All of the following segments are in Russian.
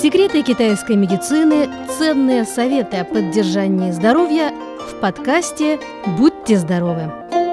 Секреты китайской медицины, ценные советы о поддержании здоровья в подкасте «Будьте здоровы».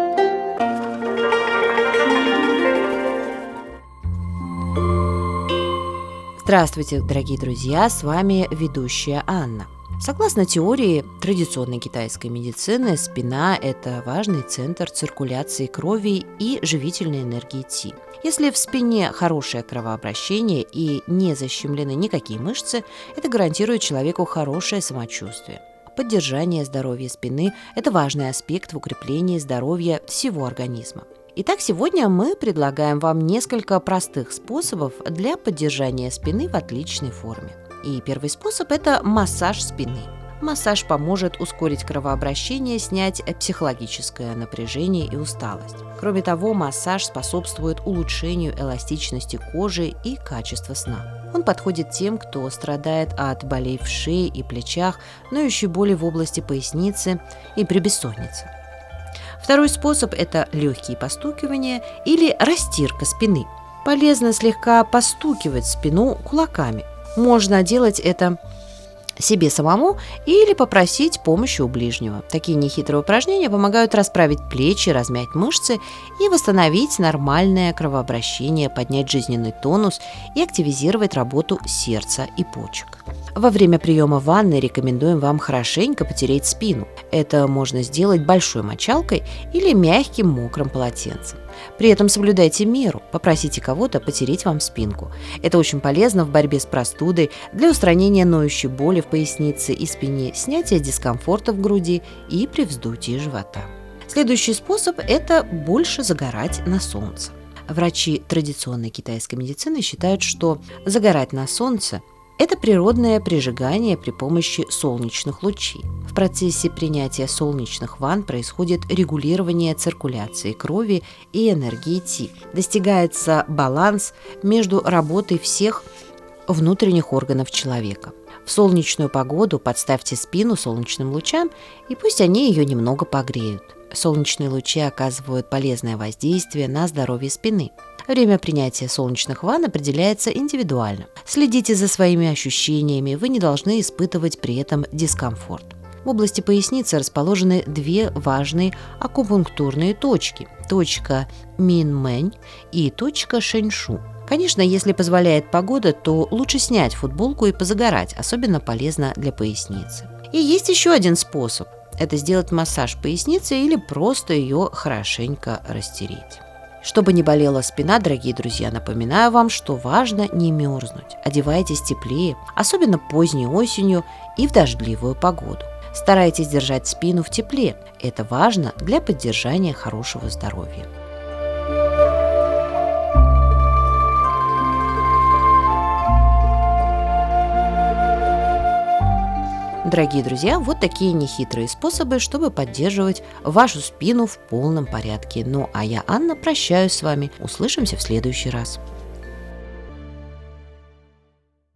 Здравствуйте, дорогие друзья, с вами ведущая Анна. Согласно теории традиционной китайской медицины, спина – это важный центр циркуляции крови и живительной энергии Ци. Если в спине хорошее кровообращение и не защемлены никакие мышцы, это гарантирует человеку хорошее самочувствие. Поддержание здоровья спины – это важный аспект в укреплении здоровья всего организма. Итак, сегодня мы предлагаем вам несколько простых способов для поддержания спины в отличной форме. И первый способ – это массаж спины. Массаж поможет ускорить кровообращение, снять психологическое напряжение и усталость. Кроме того, массаж способствует улучшению эластичности кожи и качества сна. Он подходит тем, кто страдает от болей в шее и плечах, ноющей боли в области поясницы и при бессоннице. Второй способ – это легкие постукивания или растирка спины. Полезно слегка постукивать спину кулаками. Можно делать это себе самому или попросить помощи у ближнего. Такие нехитрые упражнения помогают расправить плечи, размять мышцы и восстановить нормальное кровообращение, поднять жизненный тонус и активизировать работу сердца и почек. Во время приема ванны рекомендуем вам хорошенько потереть спину. Это можно сделать большой мочалкой или мягким мокрым полотенцем. При этом соблюдайте меру, попросите кого-то потереть вам спинку. Это очень полезно в борьбе с простудой, для устранения ноющей боли в пояснице и спине, снятия дискомфорта в груди и при вздутии живота. Следующий способ – это больше загорать на солнце. Врачи традиционной китайской медицины считают, что загорать на солнце – это природное прижигание при помощи солнечных лучей. В процессе принятия солнечных ванн происходит регулирование циркуляции крови и энергии Ци. Достигается баланс между работой всех внутренних органов человека. В солнечную погоду подставьте спину солнечным лучам, и пусть они ее немного погреют. Солнечные лучи оказывают полезное воздействие на здоровье спины. Время принятия солнечных ванн определяется индивидуально. Следите за своими ощущениями, вы не должны испытывать при этом дискомфорт. В области поясницы расположены две важные акупунктурные точки – точка Минмэнь и точка Шэньшу. Конечно, если позволяет погода, то лучше снять футболку и позагорать, особенно полезно для поясницы. И есть еще один способ – это сделать массаж поясницы или просто ее хорошенько растереть. Чтобы не болела спина, дорогие друзья, напоминаю вам, что важно не мерзнуть. Одевайтесь теплее, особенно поздней осенью и в дождливую погоду. Старайтесь держать спину в тепле. Это важно для поддержания хорошего здоровья. Дорогие друзья, вот такие нехитрые способы, чтобы поддерживать вашу спину в полном порядке. Ну а я, Анна, прощаюсь с вами. Услышимся в следующий раз.